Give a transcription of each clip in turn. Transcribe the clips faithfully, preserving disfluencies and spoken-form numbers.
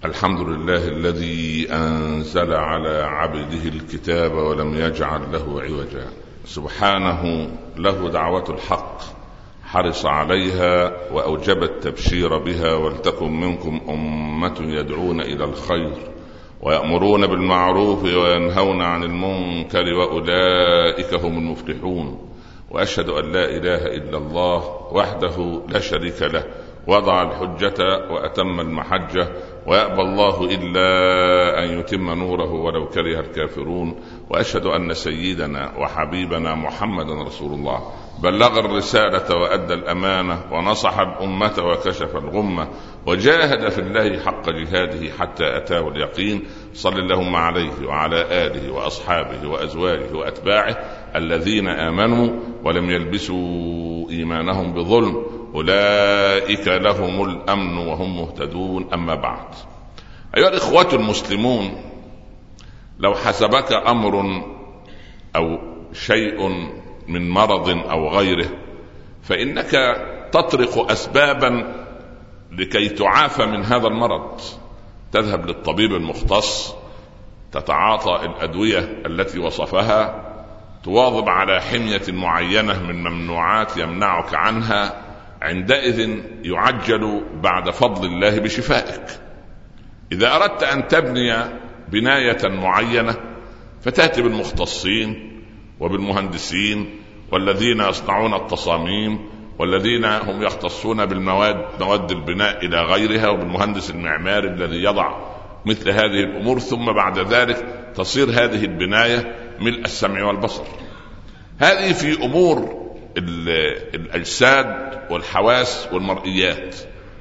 الحمد لله الذي أنزل على عبده الكتاب ولم يجعل له عوجا، سبحانه له دعوة الحق حرص عليها وأوجب التبشير بها، ولتكن منكم أمة يدعون إلى الخير ويأمرون بالمعروف وينهون عن المنكر وأولئك هم المفلحون. وأشهد أن لا إله إلا الله وحده لا شريك له، وضع الحجة وأتم المحجة، ويأبى الله إلا أن يتم نوره ولو كره الكافرون. وأشهد أن سيدنا وحبيبنا محمدا رسول الله بلغ الرسالة وأدى الأمانة ونصح الأمة وكشف الغمة وجاهد في الله حق جهاده حتى أتاه اليقين. صلى اللهم عليه وعلى آله وأصحابه وأزواجه وأتباعه الذين آمنوا ولم يلبسوا إيمانهم بظلم، أولئك لهم الأمن وهم مهتدون. أما بعد، أيها الإخوة المسلمون، لو حسبك أمر أو شيء من مرض أو غيره فإنك تطرق أسبابا لكي تعافى من هذا المرض. تذهب للطبيب المختص، تتعاطى الأدوية التي وصفها، تواظب على حمية معينة من ممنوعات يمنعك عنها، عندئذ يعجل بعد فضل الله بشفائك. إذا أردت أن تبني بناية معينة فتأتي بالمختصين وبالمهندسين والذين يصنعون التصاميم والذين هم يختصون بالمواد مواد البناء إلى غيرها، وبالمهندس المعماري الذي يضع مثل هذه الأمور، ثم بعد ذلك تصير هذه البناية ملء السمع والبصر. هذه في أمور الأجساد والحواس والمرئيات.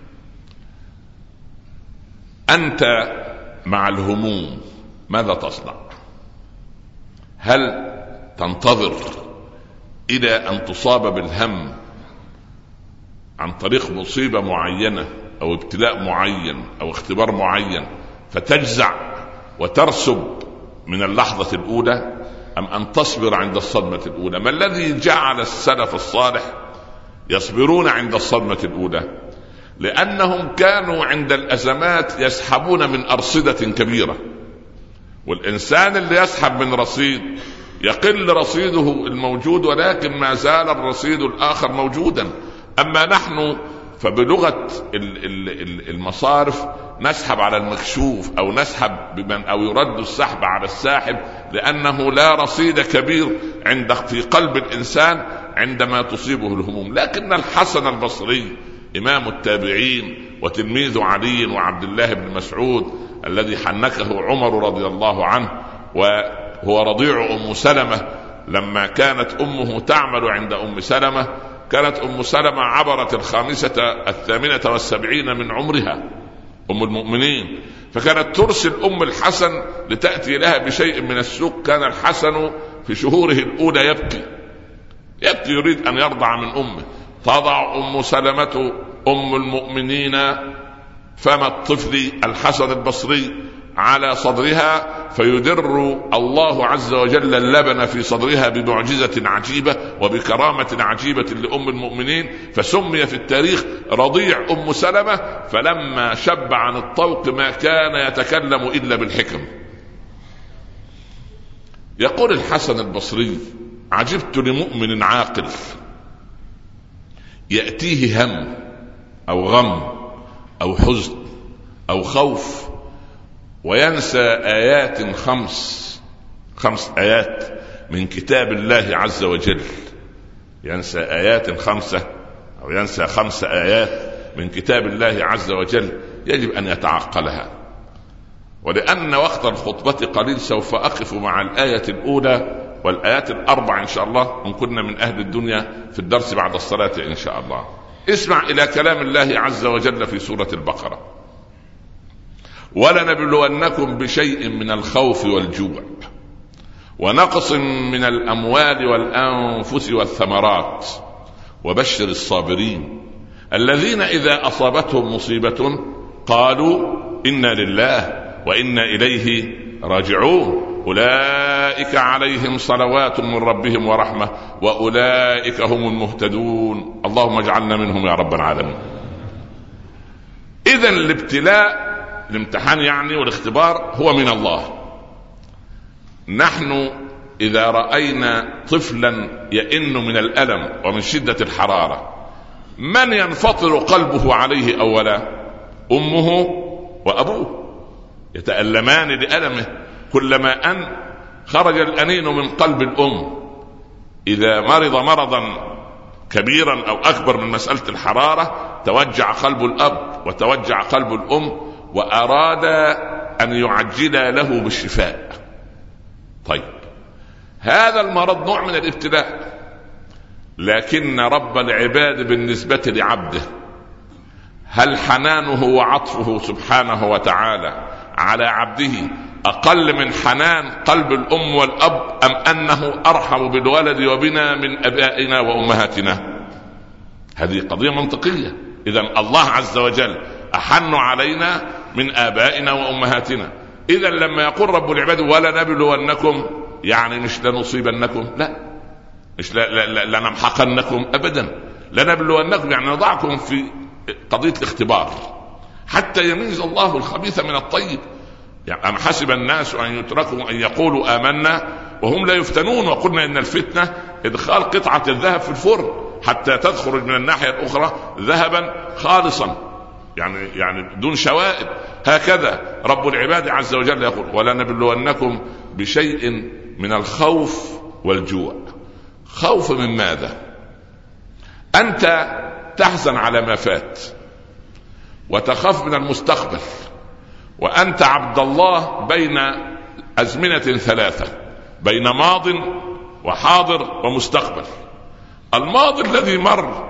أنت مع الهموم ماذا تصنع؟ هل تنتظر إلى أن تصاب بالهم عن طريق مصيبة معينة أو ابتلاء معين أو اختبار معين فتجزع وترسب من اللحظة الأولى، أم أن تصبر عند الصدمة الأولى؟ ما الذي جعل السلف الصالح يصبرون عند الصدمة الأولى؟ لأنهم كانوا عند الأزمات يسحبون من أرصدة كبيرة، والإنسان اللي يسحب من رصيد يقل رصيده الموجود، ولكن ما زال الرصيد الآخر موجودا. أما نحن فبلغة المصارف نسحب على المكشوف أو نسحب بمن أو يرد السحب على الساحب، لأنه لا رصيد كبير عند في قلب الإنسان عندما تصيبه الهموم. لكن الحسن البصري إمام التابعين وتلميذ علي وعبد الله بن مسعود الذي حنكه عمر رضي الله عنه، وهو رضيع أم سلمة، لما كانت أمه تعمل عند أم سلمة، كانت أم سلمة عبرت الخامسة الثامنة والسبعين من عمرها، أم المؤمنين، فكانت ترسل أم الحسن لتأتي لها بشيء من السوق. كان الحسن في شهوره الأولى يبكي يبكي يريد أن يرضع من أمه. تضع أم سلمة أم المؤمنين فم الطفل الحسن البصري على صدرها، فيدر الله عز وجل اللبن في صدرها بمعجزة عجيبة وبكرامة عجيبة لأم المؤمنين، فسمي في التاريخ رضيع أم سلمة. فلما شب عن الطوق ما كان يتكلم إلا بالحكم. يقول الحسن البصري: عجبت لمؤمن عاقل يأتيه هم أو غم أو حزن أو خوف وينسى آيات خمس خمس آيات من كتاب الله عز وجل، ينسى آيات خمسة أو ينسى خمس آيات من كتاب الله عز وجل، يجب أن يتعقلها. ولأن وقت الخطبة قليل سوف أقف مع الآية الأولى والآيات الأربع إن شاء الله، إن كنا من أهل الدنيا، في الدرس بعد الصلاة إن شاء الله. اسمع إلى كلام الله عز وجل في سورة البقرة: ولنبلونكم بشيء من الخوف والجوع ونقص من الأموال والأنفس والثمرات وبشر الصابرين الذين إذا أصابتهم مصيبة قالوا إنا لله وإنا إليه راجعون أولئك عليهم صلوات من ربهم ورحمة وأولئك هم المهتدون. اللهم اجعلنا منهم يا رب العالمين. إذن الابتلاء الامتحان يعني والاختبار هو من الله. نحن إذا رأينا طفلا يئن من الألم ومن شدة الحرارة، من ينفطر قلبه عليه أولا؟ أمه وأبوه، يتألمان لألمه كلما أن خرج الأنين من قلب الأم. إذا مرض مرضا كبيرا أو أكبر من مسألة الحرارة توجع قلب الأب وتوجع قلب الأم، وأراد أن يعجل له بالشفاء. طيب، هذا المرض نوع من الابتلاء، لكن رب العباد بالنسبة لعبده هل حنانه وعطفه سبحانه وتعالى على عبده أقل من حنان قلب الأم والأب، أم أنه أرحم بالولد وبنا من أبائنا وأمهاتنا؟ هذه قضية منطقية. إذن الله عز وجل أحن علينا من آبائنا وأمهاتنا. إذن لما يقول رب العباد ولا نبلونكم، يعني مش لنصيبنكم، لا، مش لنمحقنكم أبدا، لنبلونكم يعني نضعكم في قضية الاختبار حتى يميز الله الخبيث من الطيب. يعني أم حسب الناس أن يتركوا أن يقولوا آمنا وهم لا يفتنون، وقلنا إن الفتنة إدخال قطعة الذهب في الفرن حتى تخرج من الناحية الأخرى ذهبا خالصا، يعني يعني دون شوائب. هكذا رب العباد عز وجل يقول ولنبلونكم بشيء من الخوف والجوع. خوف من ماذا؟ أنت تحزن على ما فات وتخاف من المستقبل، وأنت عبد الله بين أزمنة ثلاثة، بين ماض وحاضر ومستقبل. الماضي الذي مر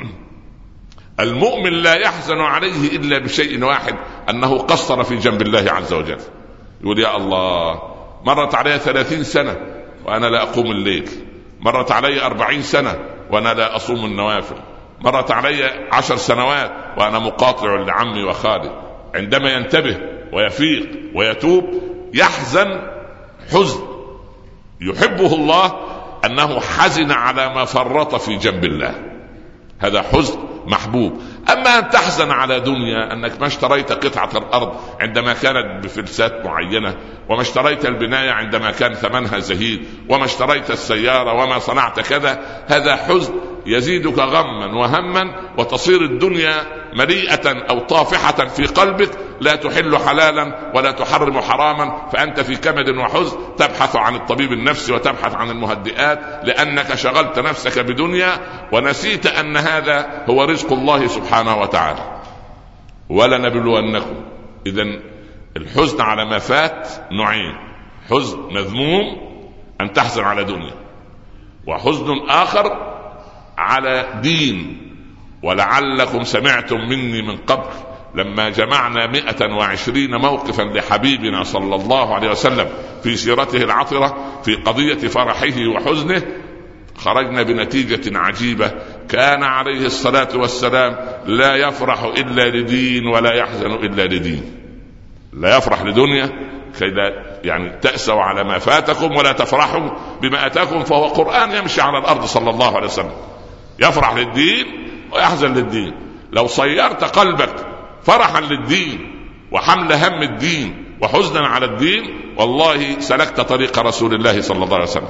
المؤمن لا يحزن عليه إلا بشيء واحد، أنه قصر في جنب الله عز وجل. يقول يا الله، مرت علي ثلاثين سنة وأنا لا أقوم الليل، مرت علي أربعين سنة وأنا لا أصوم النوافل، مرت علي عشر سنوات وأنا مقاطع لعمي وخالي. عندما ينتبه ويفيق ويتوب يحزن حزن يحبه الله، أنه حزن على ما فرط في جنب الله، هذا حزن محبوب. أما أن تحزن على دنيا، أنك ما اشتريت قطعة الأرض عندما كانت بفلسات معينة، وما اشتريت البناية عندما كان ثمنها زهيد، وما اشتريت السيارة، وما صنعت كذا، هذا حزن يزيدك غما وهما، وتصير الدنيا مليئة أو طافحة في قلبك، لا تحل حلالا ولا تحرم حراما، فأنت في كمد وحزن تبحث عن الطبيب النفسي وتبحث عن المهدئات، لأنك شغلت نفسك بدنيا ونسيت أن هذا هو رزق الله سبحانه وتعالى. ولنبلونكم. إذن الحزن على ما فات نوعين: حزن مذموم أن تحزن على دنيا، وحزن آخر على دين. ولعلكم سمعتم مني من قبل لما جمعنا مئة وعشرين موقفا لحبيبنا صلى الله عليه وسلم في سيرته العطرة في قضية فرحه وحزنه، خرجنا بنتيجة عجيبة. كان عليه الصلاة والسلام لا يفرح إلا لدين ولا يحزن إلا لدين. لا يفرح لدنيا كي لا يعني تأسوا على ما فاتكم ولا تفرحوا بما أتاكم، فهو قرآن يمشي على الأرض صلى الله عليه وسلم. يفرح للدين ويحزن للدين. لو صيرت قلبك فرحا للدين وحمل هم الدين وحزنا على الدين، والله سلكت طريق رسول الله صلى الله عليه وسلم.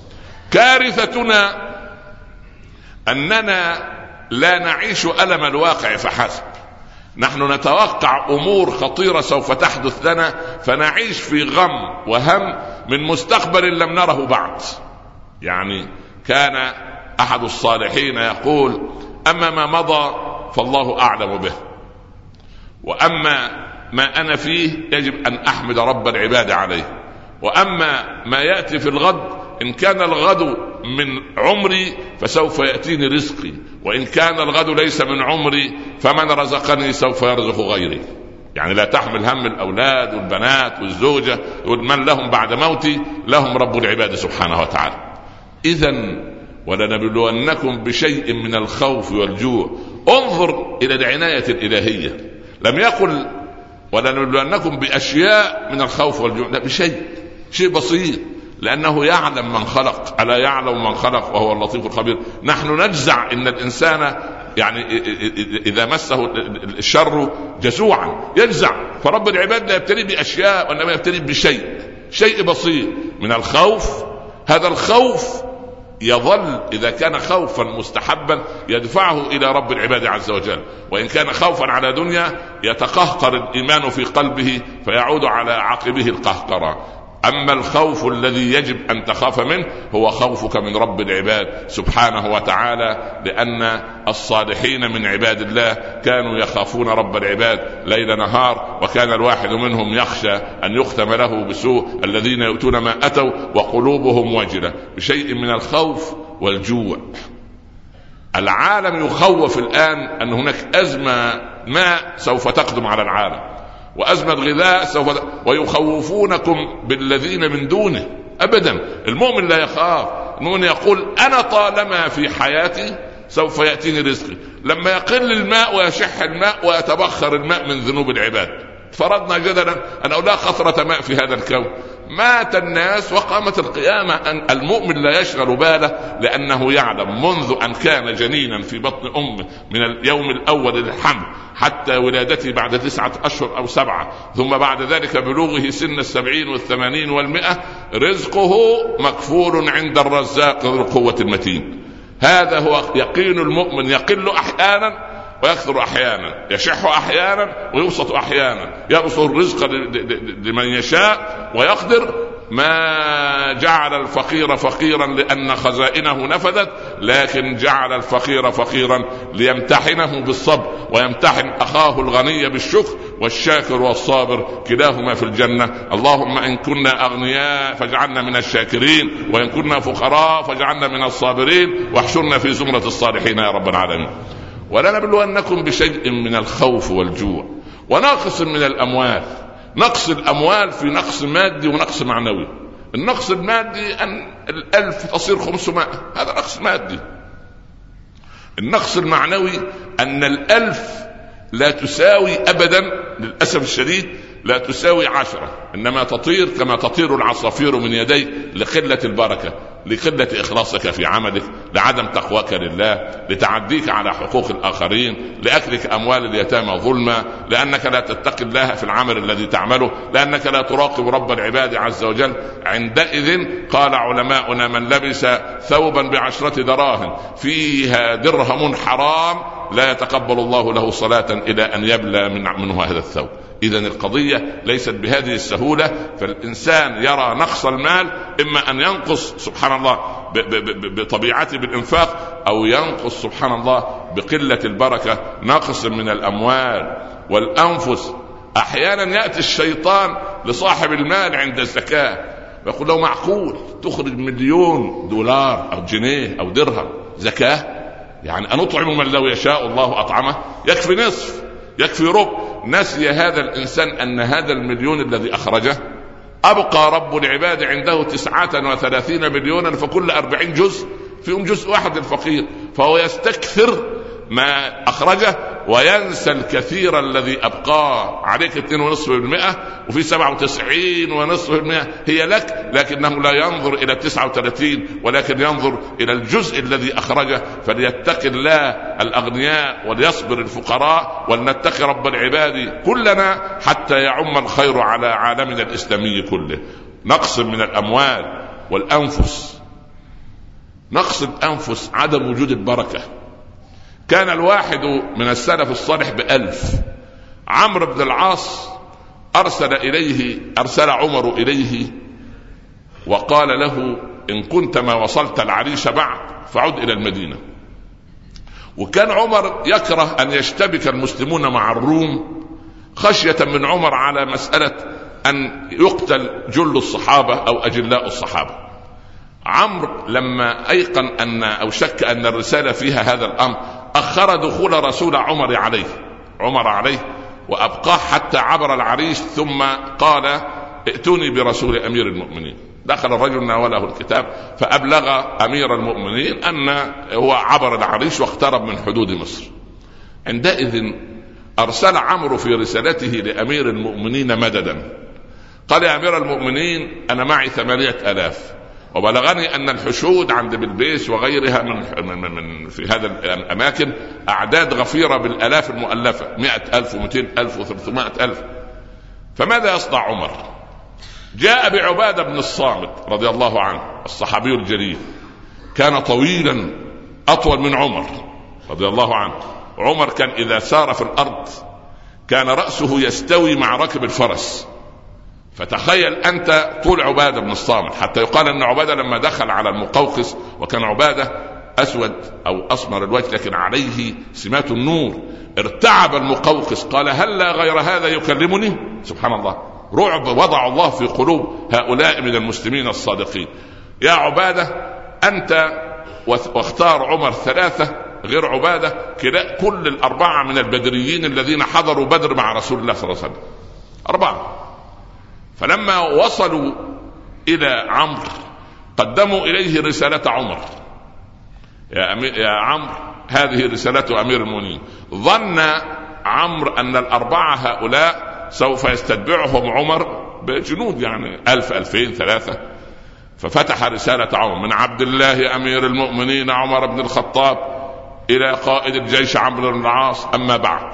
كارثتنا أننا لا نعيش ألم الواقع فحسب، نحن نتوقع أمور خطيرة سوف تحدث لنا، فنعيش في غم وهم من مستقبل لم نره بعد. يعني كان أحد الصالحين يقول: أما ما مضى فالله أعلم به، وأما ما أنا فيه يجب أن أحمد رب العباد عليه، وأما ما يأتي في الغد إن كان الغد من عمري فسوف يأتيني رزقي، وإن كان الغد ليس من عمري فمن رزقني سوف يرزق غيري. يعني لا تحمل هم الأولاد والبنات والزوجة، من لهم بعد موتي لهم رب العباد سبحانه وتعالى. إذن ولنبلونكم بشيء من الخوف والجوع. انظر إلى العناية الإلهية، لم يقل ولنبلونكم بأشياء من الخوف والجوع، لا، بشيء شيء بسيط، لأنه يعلم من خلق، ألا يعلم من خلق وهو اللطيف الخبير. نحن نجزع إن الإنسان يعني إذا مسه الشر جزوعا يجزع. فرب العباد لا يبتلي بأشياء وإنما يبتلي بشيء شيء بسيط من الخوف. هذا الخوف يظل إذا كان خوفا مستحبا يدفعه إلى رب العباد عز وجل، وإن كان خوفا على دنيا يتقهقر الإيمان في قلبه فيعود على عقبه القهقرة. أما الخوف الذي يجب أن تخاف منه هو خوفك من رب العباد سبحانه وتعالى، لأن الصالحين من عباد الله كانوا يخافون رب العباد ليل نهار، وكان الواحد منهم يخشى أن يختم له بسوء الذين يؤتون ما أتوا وقلوبهم وجلة بشيء من الخوف والجوع. العالم يخوف الآن أن هناك أزمة ما سوف تقدم على العالم وأزمة غذاء سوف، ويخوفونكم بالذين من دونه. أبدا، المؤمن لا يخاف. المؤمن يقول أنا طالما في حياتي سوف يأتيني رزقي. لما يقل الماء ويشح الماء ويتبخر الماء من ذنوب العباد، فرضنا جدلا أن لا قطرة ماء في هذا الكون، مات الناس وقامت القيامة، أن المؤمن لا يشغل باله، لأنه يعلم منذ أن كان جنينا في بطن أمه من اليوم الأول للحمل حتى ولادته بعد تسعة أشهر أو سبعة، ثم بعد ذلك بلوغه سن السبعين والثمانين والمئة، رزقه مكفول عند الرزاق ذو القوة المتين. هذا هو يقين المؤمن، يقل أحيانا ويكثر أحيانا، يشح أحيانا ويبسط أحيانا، يبسط الرزق لمن يشاء ويقدر. ما جعل الفقير فقيرا لأن خزائنه نفذت، لكن جعل الفقير فقيرا ليمتحنه بالصبر، ويمتحن أخاه الغني بالشكر، والشاكر والصابر كلاهما في الجنة. اللهم إن كنا أغنياء فاجعلنا من الشاكرين، وإن كنا فقراء فاجعلنا من الصابرين، واحشرنا في زمرة الصالحين يا رب العالمين. ولنبلونكم بشيء من الخوف والجوع ونقص من الأموال. نقص الأموال في نقص مادي ونقص معنوي. النقص المادي أن الألف تصير خمسمائة، هذا نقص مادي. النقص المعنوي أن الألف لا تساوي أبدا للأسف الشديد لا تساوي عشرة، إنما تطير كما تطير العصافير من يديك لقلة البركة، لقلة إخلاصك في عملك، لعدم تقواك لله، لتعديك على حقوق الآخرين، لأكلك أموال اليتامى ظلما، لأنك لا تتقي الله في العمل الذي تعمله، لأنك لا تراقب رب العباد عز وجل. عندئذ قال علماؤنا من لبس ثوبا بعشرة دراهم فيها درهم حرام لا يتقبل الله له صلاة إلى أن يبلى من منه هذا الثوب. إذن القضية ليست بهذه السهولة. فالإنسان يرى نقص المال إما أن ينقص سبحان الله بطبيعته بالإنفاق، أو ينقص سبحان الله بقلة البركة، نقص من الأموال والأنفس. أحيانا يأتي الشيطان لصاحب المال عند الزكاة ويقول له معقول تخرج مليون دولار أو جنيه أو درهم زكاة؟ يعني أنطعم من لو يشاء الله أطعمه، يكفي نصف، يكفي ربع. نسي هذا الإنسان أن هذا المليون الذي أخرجه أبقى رب العباد عنده تسعة وثلاثين مليونا، فكل أربعين جزء فيهم جزء واحد الفقير، فهو يستكثر ما أخرجه وينسى الكثير الذي أبقاه. عليك اثنين ونصف بالمئة وفي سبعة وتسعين ونصف بالمئة هي لك، لكنه لا ينظر إلى التسعة وثلاثين ولكن ينظر إلى الجزء الذي أخرجه. فليتقي الله الأغنياء وليصبر الفقراء، ولنتقي رب العباد كلنا حتى يعم الخير على عالمنا الإسلامي كله. نقص من الأموال والأنفس. نقص الأنفس عدم وجود البركة. كان الواحد من السلف الصالح بألف. عمرو بن العاص أرسل إليه أرسل عمر إليه وقال له إن كنت ما وصلت العريش بعد فعد إلى المدينة. وكان عمر يكره أن يشتبك المسلمون مع الروم خشية من عمر على مسألة أن يقتل جل الصحابة أو أجلاء الصحابة. عمرو لما أيقن أن أو شك أن الرسالة فيها هذا الأمر أخر دخول رسول عمر عليه عمر عليه وأبقاه حتى عبر العريش، ثم قال ائتوني برسول أمير المؤمنين. دخل الرجل ناوله الكتاب فأبلغ أمير المؤمنين أن هو عبر العريش واقترب من حدود مصر. عندئذ أرسل عمرو في رسالته لأمير المؤمنين مددا، قال يا أمير المؤمنين أنا معي ثمانية ألاف، وبلغني أن الحشود عند بلبيس وغيرها من, من, من في هذا الأماكن أعداد غفيرة بالآلاف المؤلفة، مئة ألف ومئتين ألف وثلاثمائة ألف. فماذا يصنع عمر؟ جاء بعبادة بن الصامت رضي الله عنه الصحابي الجليل، كان طويلا أطول من عمر رضي الله عنه. عمر كان إذا سار في الأرض كان رأسه يستوي مع ركب الفرس، فتخيل أنت طول عبادة بن الصامت، حتى يقال أن عبادة لما دخل على المقوقس، وكان عبادة أسود أو أسمر الوجه لكن عليه سمات النور، ارتعب المقوقس قال هل لا غير هذا يكلمني؟ سبحان الله، رعب وضع الله في قلوب هؤلاء من المسلمين الصادقين. يا عبادة أنت واختار عمر ثلاثة غير عبادة كلا كل الأربعة من البدريين الذين حضروا بدر مع رسول الله صلى الله عليه وسلم، أربعة. فلما وصلوا إلى عمرو قدموا إليه رسالة عمر، يا, يا عمرو هذه رسالة أمير المؤمنين. ظن عمرو أن الأربعة هؤلاء سوف يستتبعهم عمر بجنود، يعني ألف ألفين ثلاثة. ففتح رسالة عمر: من عبد الله أمير المؤمنين عمر بن الخطاب إلى قائد الجيش عمرو بن العاص، أما بعد،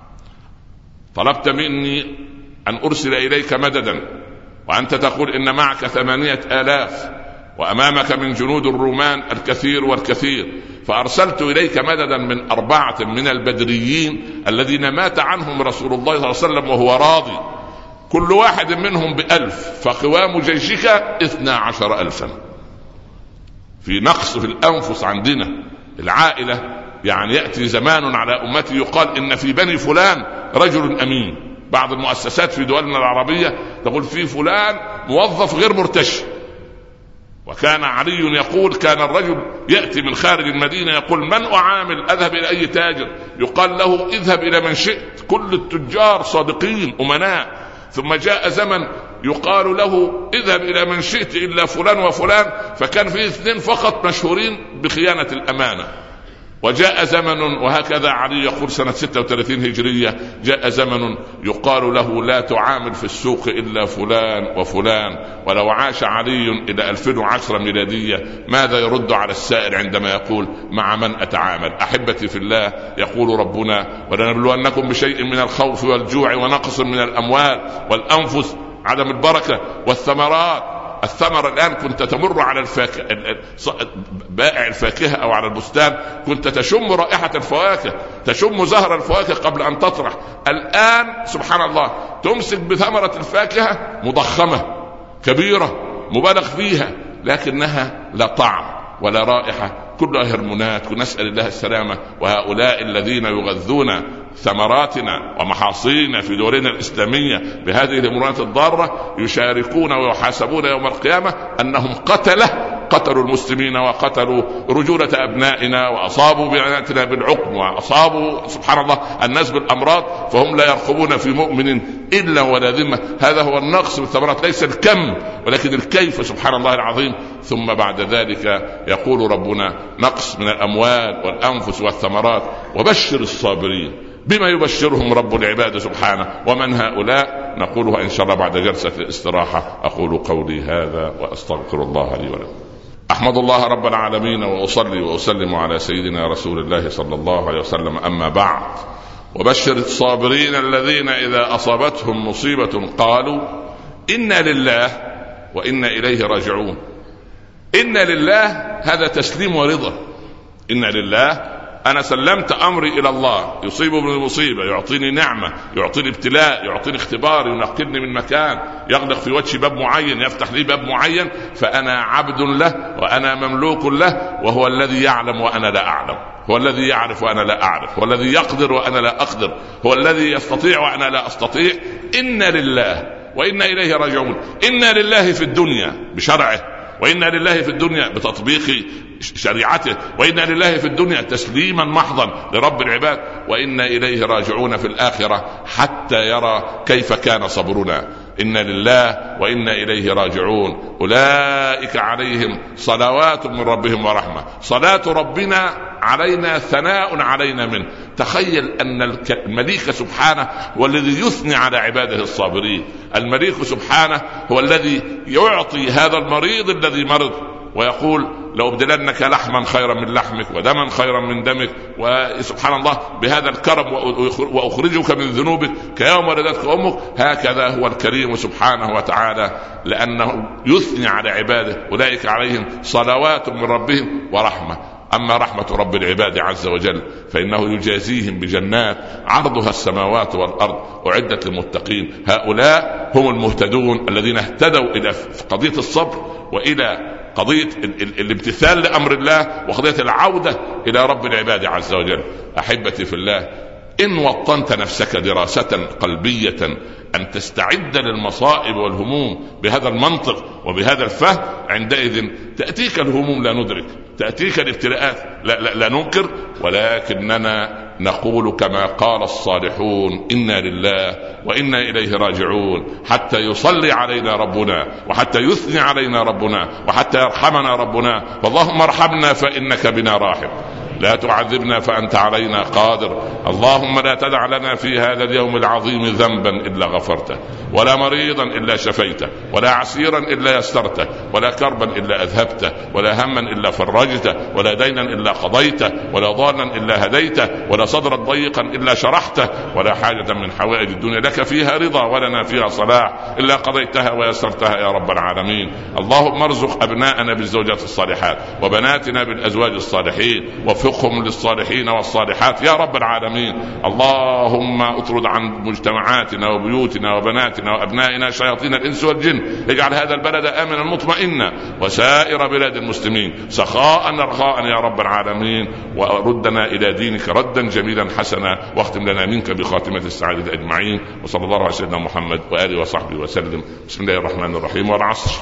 طلبت مني أن أرسل إليك مددا، وأنت تقول إن معك ثمانية آلاف وأمامك من جنود الرومان الكثير والكثير، فأرسلت إليك مددا من أربعة من البدريين الذين مات عنهم رسول الله صلى الله عليه وسلم وهو راضي، كل واحد منهم بألف، فقوام جيشك اثنا عشر ألفا. في نقص في الأنفس عندنا العائلة، يعني يأتي زمان على أمتي يقال إن في بني فلان رجل أمين. بعض المؤسسات في دولنا العربية تقول في فلان موظف غير مرتشي، وكان علي يقول كان الرجل يأتي من خارج المدينة يقول من أعامل؟ أذهب إلى أي تاجر؟ يقال له اذهب إلى من شئت، كل التجار صادقين أمناء. ثم جاء زمن يقال له اذهب إلى من شئت إلا فلان وفلان، فكان فيه اثنين فقط مشهورين بخيانة الأمانة. وجاء زمن، وهكذا علي يقول سنة ستة وثلاثين هجرية، جاء زمن يقال له لا تعامل في السوق إلا فلان وفلان. ولو عاش علي إلى ألفين وعشرة ميلادية ماذا يرد على السائل عندما يقول مع من أتعامل؟ أحبتي في الله، يقول ربنا ولنبلونكم بشيء من الخوف والجوع ونقص من الأموال والأنفس، عدم البركة والثمرات. الثمر الآن كنت تمر على الفاكهة، بائع الفاكهة أو على البستان كنت تشم رائحة الفواكه، تشم زهر الفواكه قبل أن تطرح. الآن سبحان الله تمسك بثمرة الفاكهة مضخمة كبيرة مبالغ فيها، لكنها لا طعم ولا رائحة، كلها هرمونات، ونسأل الله السلامة. وهؤلاء الذين يغذون ثمراتنا ومحاصيلنا في دولنا الإسلامية بهذه الهرمونات الضارة يشاركون ويحاسبون يوم القيامة أنهم قتله، قتلوا المسلمين وقتلوا رجولة أبنائنا وأصابوا بناتنا بالعقم وأصابوا سبحان الله الناس بالأمراض، فهم لا يرقبون في مؤمن إلا ولا ذمة. هذا هو النقص بالثمرات، ليس الكم ولكن الكيف، سبحان الله العظيم. ثم بعد ذلك يقول ربنا نقص من الأموال والأنفس والثمرات. وبشر الصابرين. بما يبشرهم رب العباد سبحانه، ومن هؤلاء؟ نقولها إن شاء الله بعد جلسة الاستراحة. أقول قولي هذا وأستغفر الله لي ولكم. أحمد الله رب العالمين وأصلي وأسلم على سيدنا رسول الله صلى الله عليه وسلم، أما بعد. وبشر الصابرين الذين إذا أصابتهم مصيبة قالوا إنا لله وإنا إليه راجعون. إنا لله هذا تسليم ورضا. إنا لله، أنا سلمت أمري إلى الله، يصيب من المصيبة، يعطيني نعمة، يعطيني ابتلاء، يعطيني اختبار، ينقلني من مكان، يغلق في وجهي باب معين، يفتح لي باب معين، فأنا عبد له وأنا مملوك له، وهو الذي يعلم وأنا لا أعلم، هو الذي يعرف وأنا لا أعرف، هو الذي يقدر وأنا لا أقدر، هو الذي يستطيع وأنا لا أستطيع. إنا لله وإنا إليه راجعون. إنا لله في الدنيا بشرعه، وإنا لله في الدنيا بتطبيق شريعته، وإنا لله في الدنيا تسليما محضا لرب العباد، وإنا إليه راجعون في الآخرة حتى يرى كيف كان صبرنا. إنا لله وإنا إليه راجعون. أولئك عليهم صلوات من ربهم ورحمة. صلاة ربنا علينا ثناء علينا منه، تخيل أن المليك سبحانه هو الذي يثني على عباده الصابرين. المليك سبحانه هو الذي يعطي هذا المريض الذي مرض ويقول لو ابدلنك لحما خيرا من لحمك ودما خيرا من دمك، وسبحان الله بهذا الكرم وأخرجك من ذنوبك كيوم ولدتك أمك. هكذا هو الكريم سبحانه وتعالى، لأنه يثني على عباده أولئك عليهم صلوات من ربهم ورحمة. أما رحمة رب العباد عز وجل فإنه يجازيهم بجنات عرضها السماوات والأرض أعدت للمتقين. هؤلاء هم المهتدون الذين اهتدوا إلى قضية الصبر وإلى قضية الامتثال لأمر الله وقضية العودة إلى رب العباد عز وجل. أحبتي في الله، إن وطنت نفسك دراسة قلبية أن تستعد للمصائب والهموم بهذا المنطق وبهذا الفهم، عندئذ تأتيك الهموم لا ندرك، تأتيك الابتلاءات لا, لا, لا ننكر، ولكننا نقول كما قال الصالحون: إنا لله وإنا إليه راجعون، حتى يصلي علينا ربنا وحتى يثني علينا ربنا وحتى يرحمنا ربنا. فاللهم ارحمنا فإنك بنا راحم، لا تعذبنا فأنت علينا قادر. اللهم لا تدع لنا في هذا اليوم العظيم ذنبا إلا غفرته، ولا مريضا إلا شفيته، ولا عسيرا إلا يسرته، ولا كربا إلا أذهبته، ولا هما إلا فرجته، ولا دينا إلا قضيته، ولا ضالا إلا هديته، ولا صدرا ضيقا إلا شرحته، ولا حاجة من حوائج الدنيا لك فيها رضا ولنا فيها صلاح إلا قضيتها ويسرتها يا رب العالمين. اللهم ارزق أبناءنا بالزوجات الصالحات وبناتنا بالأزواج الصالحين، وفقهم للصالحين والصالحات يا رب العالمين. اللهم اطرد عن مجتمعاتنا وبيوتنا وبناتنا وأبنائنا شياطين الإنس والجن، اجعل هذا البلد آمنا مطمئنا وسائر بلاد المسلمين سخاء رخاء يا رب العالمين، وردنا إلى دينك ردا جميلا حسنا، واختم لنا منك بخاتمة السعادة أجمعين. وصلى الله على سيدنا محمد وآله وصحبه وسلم. بسم الله الرحمن الرحيم. والعصر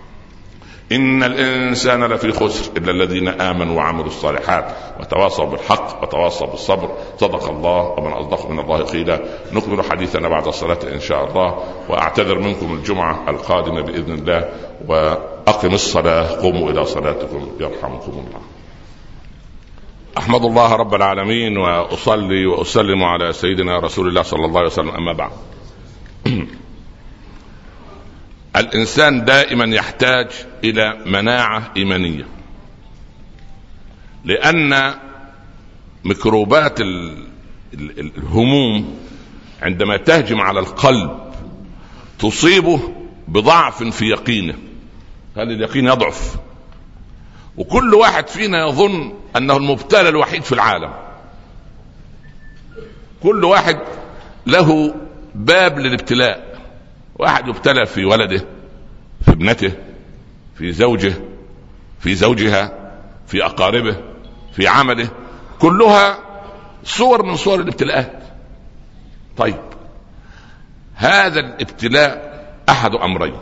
إن الإنسان لفي خسر إلا الذين آمنوا وعملوا الصالحات وتواصوا بالحق وتواصوا بالصبر. صدق الله ومن أصدق من الله قيلا. نكمل حديثنا بعد الصلاة إن شاء الله، وأعتذر منكم الجمعة القادمة بإذن الله، وأقم الصلاة، قوموا إلى صلاتكم يرحمكم الله. أحمد الله رب العالمين وأصلي وأسلم على سيدنا رسول الله صلى الله عليه وسلم. أما بعد، الإنسان دائما يحتاج إلى مناعة إيمانية، لأن ميكروبات الهموم عندما تهجم على القلب تصيبه بضعف في يقينه، هل اليقين يضعف، وكل واحد فينا يظن أنه المبتلى الوحيد في العالم. كل واحد له باب للابتلاء، واحد يبتلى في ولده، في ابنته، في زوجه، في زوجها، في أقاربه، في عمله، كلها صور من صور الابتلاءات. طيب، هذا الابتلاء أحد أمرين: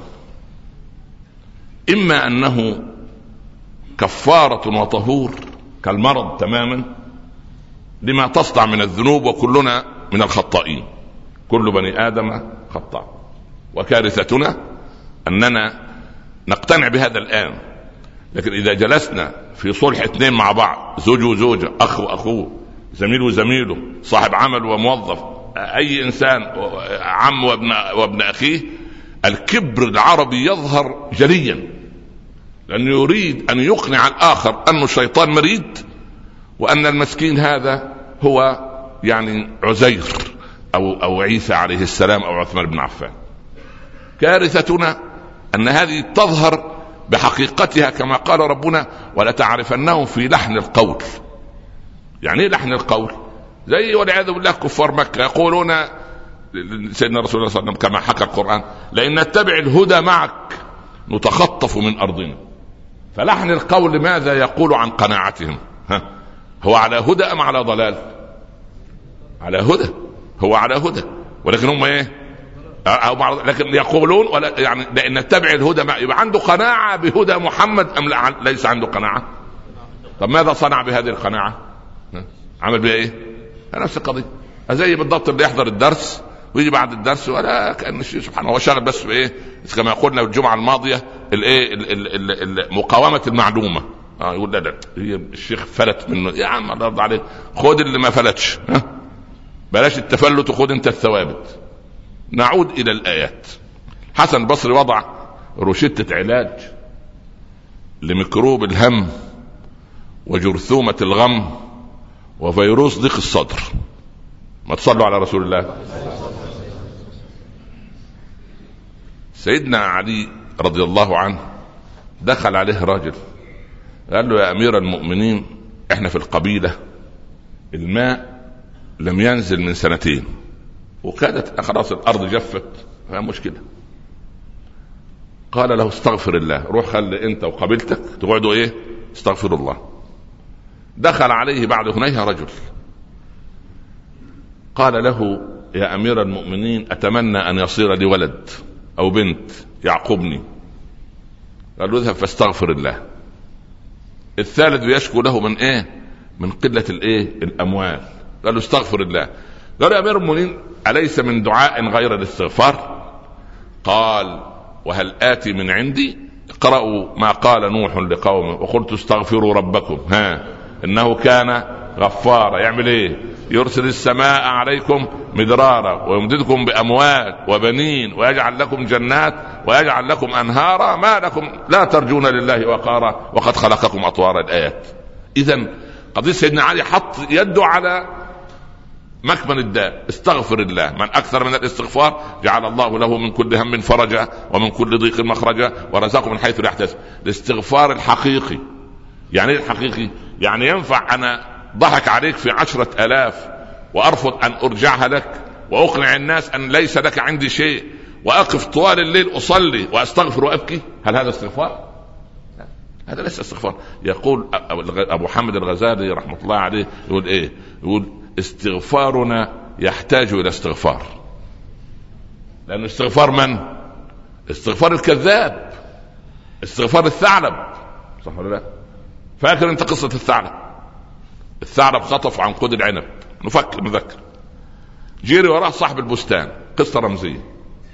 إما أنه كفارة وطهور كالمرض تماما لما تصنع من الذنوب، وكلنا من الخطائين، كل بني آدم خطاء، وكارثتنا أننا نقتنع بهذا الآن. لكن إذا جلسنا في صلح اثنين مع بعض، زوج وزوجة، أخ وأخوه، زميل وزميله، صاحب عمل وموظف، أي إنسان، عم وابن, وابن أخيه، الكبر العربي يظهر جليا، لأنه يريد أن يقنع الآخر أنه الشيطان مريد، وأن المسكين هذا هو يعني عزير أو, أو عيسى عليه السلام أو عثمان بن عفان. كارثتنا أن هذه تظهر بحقيقتها كما قال ربنا: ولا تعرفنهم في لحن القول. يعني ايه لحن القول؟ زي والعياذ بالله كفار مكة يقولون سيدنا رسول الله صلى الله عليه وسلم كما حكى القرآن: لئن نتبع الهدى معك نتخطف من أرضنا. فلحن القول ماذا يقول عن قناعتهم؟ ها؟ هو على هدى أم على ضلال؟ على هدى، هو على هدى، ولكن هم ايه؟ لكن يقولون ولا يعني لأن نتبع الهدى، ما يبقى عنده قناعة بهدى محمد أم لا ليس عنده قناعة؟ طب ماذا صنع بهذه القناعة؟ عمل بها ايه؟ نفس القضية، زي بالضبط اللي يحضر الدرس ويجي بعد الدرس ولا كأن الشيء سبحانه هو شغل بس بايه؟ كما قلنا الجمعة الماضية الايه؟ مقاومة المعلومة. آه يقول لا لا هي الشيخ فلت منه. يا عم الله يرضى عليك، خد اللي ما فلتش، ها بلاش التفلت وخد انت الثوابت. نعود الى الايات. حسن البصري وضع روشتة علاج لميكروب الهم وجرثومة الغم وفيروس ضيق الصدر. ما تصلوا على رسول الله. سيدنا علي رضي الله عنه دخل عليه راجل قال له يا امير المؤمنين احنا في القبيلة الماء لم ينزل من سنتين وكادت خلاص الارض جفت، ما مشكلة. قال له استغفر الله، روح خلي انت وقبيلتك تقعدوا ايه استغفر الله. دخل عليه بعد هنيها رجل قال له يا امير المؤمنين اتمنى ان يصير لي ولد او بنت يعقبني. قال له اذهب فاستغفر الله. الثالث بيشكو له من ايه من قلة الايه الاموال. قال له استغفر الله. قال يا امير المؤمنين اليس من دعاء غير الاستغفار؟ قال وهل آتي من عندي؟ قرأوا ما قال نوح لقومه وقلت استغفروا ربكم ها إنه كان غفارا. يعمل ايه؟ يرسل السماء عليكم مدرارا ويمددكم بأموال وبنين ويجعل لكم جنات ويجعل لكم أنهارا ما لكم لا ترجون لله وقارا وقد خلقكم أطوار. الآيات. إذن قضية سيدنا علي حط يده على مكمن الداء. استغفر الله، من أكثر من الاستغفار جعل الله له من كل هم فرجا ومن كل ضيق مخرجا ورزقه من حيث لا يحتسب. الاستغفار الحقيقي يعني الحقيقي يعني ينفع أنا ضحك عليك في عشرة آلاف وأرفض أن أرجعها لك وأقنع الناس أن ليس لك عندي شيء وأقف طوال الليل أصلي وأستغفر وأبكي. هل هذا استغفار؟ هذا ليس استغفار. يقول أبو حامد الغزالي رحمة الله عليه يقول إيه؟ يقول استغفارنا يحتاج إلى استغفار. لأن استغفار من؟ استغفار الكذاب، استغفار الثعلب. صح ولا لا؟ فاكر أنت قصة الثعلب؟ الثعلب خطف عنقود العنب. نفكر نذكر. جيري وراه صاحب البستان، قصة رمزية.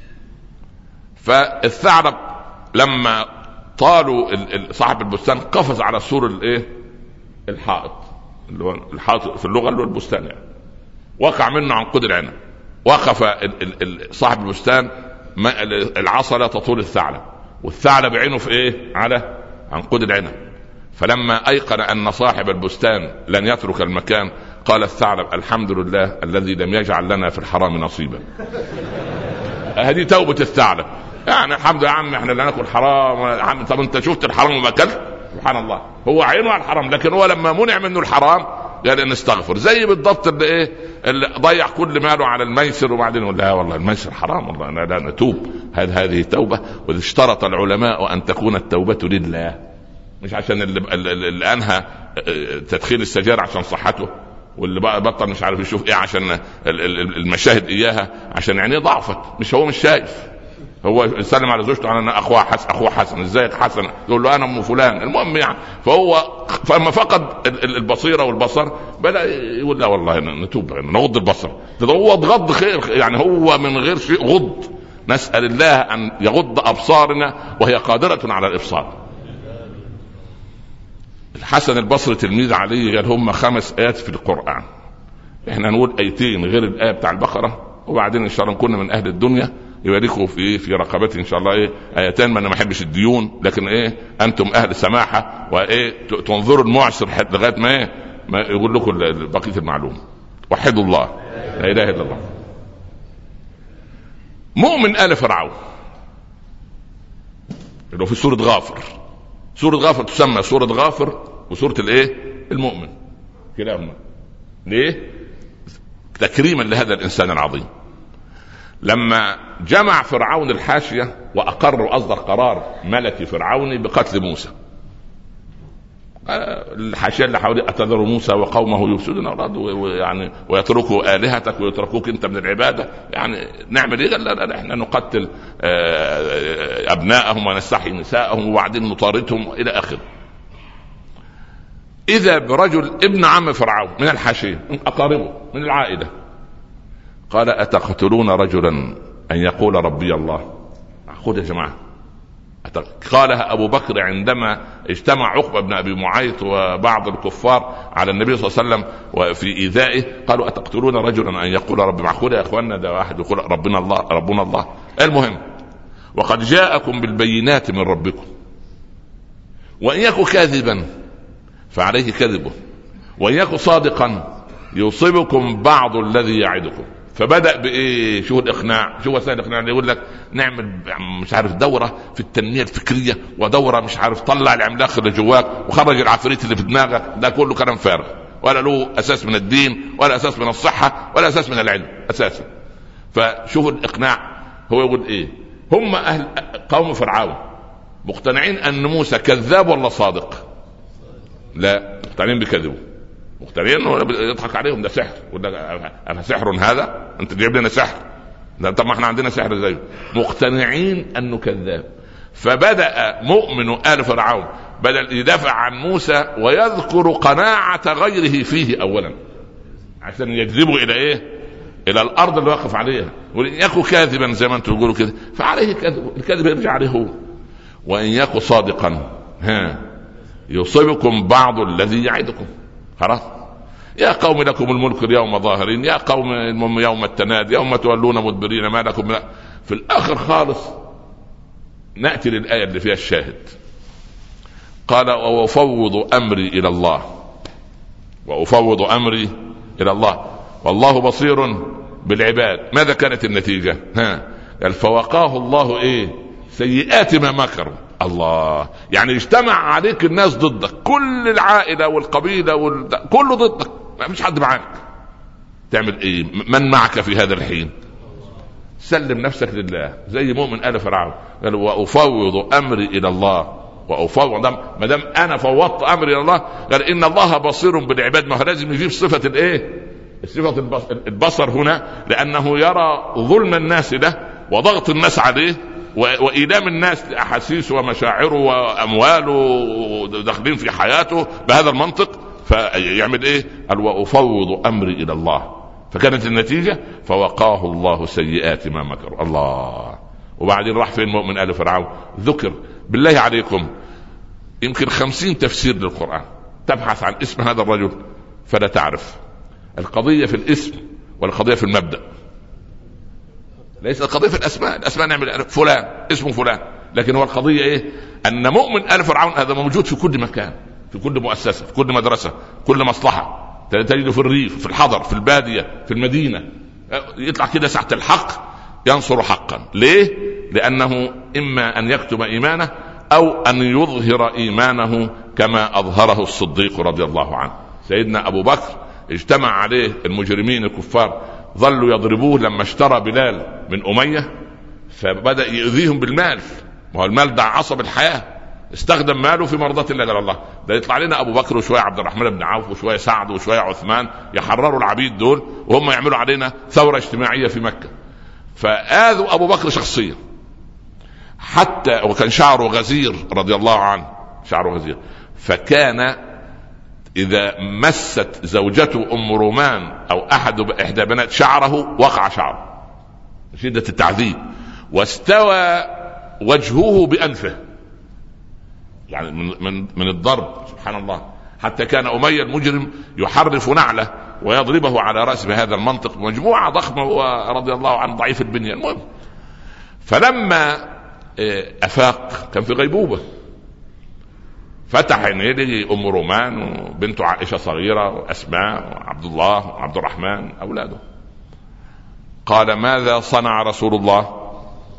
فالثعلب لما طالوا صاحب البستان قفز على سور الايه الحائط، اللي هو الحائط في اللغة اللي هو البستان يعني. وقع منه عنقود العنب. وقف صاحب البستان العصا لا تطول الثعلب والثعلب عينه في ايه على عنقود العنب. فلما أيقن أن صاحب البستان لن يترك المكان قال الثعلب الحمد لله الذي لم يجعل لنا في الحرام نصيبا. هذه توبة الثعلب. يعني الحمد لله يا عم احنا لا ناكل حرام. طب انت شفت الحرام وما اكلت؟ سبحان الله. هو عينه على الحرام لكن هو لما منع منه الحرام قال ان استغفر. زي بالضبط اللي ايه اللي ضيع كل ماله على الميسر وبعدين يقول لا والله الميسر حرام والله انا لا نتوب. هذه هذه توبة. واذ اشترط العلماء ان تكون التوبة لله مش عشان اللي, اللي انهى تدخين السجارة عشان صحته واللي بقى بطل مش عارف يشوف ايه عشان المشاهد اياها عشان يعني ضعفت. مش هو مش شايف. هو يسلم على زوجته على انا اخوه حسن اخوه حسن ازيك حسن يقول له انا ام فلان. المهم يعني فهو فلما فقد البصيره والبصر بدا يقول لا والله نتوب نغض البصر. هو غض خير يعني هو من غير شيء غض. نسال الله ان يغض ابصارنا وهي قادره على الابصار. الحسن البصري تلميذ علي قال هم خمس ايات في القران احنا نقول ايتين غير الايه بتاع البقره وبعدين ان شاء الله نكون من اهل الدنيا يباركوا في في رقبتي ان شاء الله ايه ايتين. ما انا ما احبش الديون لكن ايه انتم اهل سماحه وايه تنظروا المعسر حتى لغايه ما ايه ما يقول لكم بقيه المعلومه. وحدوا الله لا اله الا الله. مؤمن آل فرعون اللي في سوره غافر. سوره غافر تسمى سوره غافر وسوره الايه المؤمن كلاهما. ليه؟ تكريما لهذا الانسان العظيم. لما جمع فرعون الحاشية وأقر وأصدر قرار ملكي فرعوني بقتل موسى الحاشية اللي حوالي أتذر موسى وقومه يفسدون الأرض ويعني ويتركوا آلهتك ويتركوك أنت من العبادة يعني نعمل إيه؟ لا لا إحنا نقتل أبناءهم ونستحيي نساءهم وبعدين نطاردهم إلى آخره. إذا برجل ابن عم فرعون من الحاشية من أقاربه من العائلة قال أتقتلون رجلا أن يقول ربي الله. خذ يا جماعة قالها أبو بكر عندما اجتمع عقبة بن أبي معيط وبعض الكفار على النبي صلى الله عليه وسلم وفي إيذائه، قالوا أتقتلون رجلا أن يقول رب معقول يا إخواننا ده واحد يقول ربنا الله ربنا الله. المهم وقد جاءكم بالبينات من ربكم وإن يكن كاذبا فعليه كذبه وإن يكن صادقا يصيبكم بعض الذي يعدكم. فبدأ بإيه؟ شو الإقناع؟ شو وسائل الإقناع؟ اللي يقول لك نعمل مش عارف دورة في التنمية الفكرية ودورة مش عارف طلع العملاق اللي جواك وخرج العفريت اللي في دماغك. ده كله كلام فارغ ولا له أساس من الدين ولا أساس من الصحة ولا أساس من العلم أساسا. فشوفوا الإقناع هو يقول إيه؟ هم أهل قوم فرعون مقتنعين أن موسى كذاب ولا صادق؟ لا، مقتنعين بكذبه، مقتنعين يضحك عليهم ده سحر. أنا سحر هذا؟ أنت جايب لنا سحر؟ طب ما احنا عندنا سحر زيه. مقتنعين أنه كذاب. فبدأ مؤمن آل فرعون بدل يدافع عن موسى ويذكر قناعة غيره فيه أولا عشان يجذبوا إلى إيه؟ إلى الأرض اللي واقف عليها. ويكون كاذبا زي ما أنتم تقولوا كده فعليه كذب، الكذب يرجع عليه هو. وإن يكن صادقا ها يصيبكم بعض الذي يعدكم. خلاص يا قوم لكم الملك اليوم ظاهرين يا قوم يوم التناد يوم تولون مدبرين ما لكم. في الآخر خالص نأتي للآية اللي فيها الشاهد. قال وأفوض أمري إلى الله وأفوض أمري إلى الله والله بصير بالعباد. ماذا كانت النتيجة؟ ها قال فوقاه الله إيه؟ سيئات ما مكروا. الله يعني اجتمع عليك الناس ضدك، كل العائلة والقبيلة وال... كله ضدك، ما فيش حد معاك. تعمل ايه؟ من معك في هذا الحين؟ سلم نفسك لله زي مؤمن آل فرعون. قال وأفوض أمري إلى الله. وأفوض ما دام أنا فوضت أمري إلى الله قال إن الله بصير بالعباد. ما هو لازم يجيب صفة الإيه؟ صفة البصر هنا لأنه يرى ظلم الناس له وضغط الناس عليه وإيلام الناس لأحاسيسه ومشاعره وأمواله داخلين في حياته بهذا المنطق. فيعمل إيه؟ قال وأفوض أمري إلى الله. فكانت النتيجة فوقاه الله سيئات ما مكروا. الله. وبعدين راح فين مؤمن آل فرعون؟ ذكر. بالله عليكم يمكن خمسين تفسير للقرآن تبحث عن اسم هذا الرجل فلا تعرف. القضية في الاسم والقضية في المبدأ، ليس القضية في الأسماء. الأسماء نعمل فلان اسمه فلان، لكن هو القضية إيه؟ أن مؤمن آل فرعون هذا موجود في كل مكان، في كل مؤسسة، في كل مدرسة، كل مصلحة. تجده في الريف، في الحضر، في البادية، في المدينة. يطلع كده ساعة الحق ينصر حقا. ليه؟ لأنه إما أن يكتم إيمانه أو أن يظهر إيمانه كما أظهره الصديق رضي الله عنه. سيدنا أبو بكر اجتمع عليه المجرمين الكفار ظلوا يضربوه لما اشترى بلال من أمية فبدأ يؤذيهم بالمال. وهو المال ده عصب الحياة، استخدم ماله في مرضاة الله. قال الله ده يطلع لنا أبو بكر وشوية عبد الرحمن بن عوف وشوية سعد وشوية عثمان يحرروا العبيد دول وهم يعملوا علينا ثورة اجتماعية في مكة. فآذوا أبو بكر شخصيا حتى وكان شعره غزير رضي الله عنه، شعره غزير. فكان إذا مست زوجته أم رومان أو أحد إحدى بنات شعره وقع شعره شدة التعذيب، واستوى وجهه بأنفه يعني من, من, من الضرب سبحان الله. حتى كان أمية المجرم يحرف نعله ويضربه على رأس بهذا المنطق. مجموعة ضخمة رضي الله عنه ضعيف البنية. المهم فلما أفاق كان في غيبوبة فتح عينيه أم رومان وبنته عائشة صغيرة وأسماء وعبد الله وعبد الرحمن أولاده. قال ماذا صنع رسول الله؟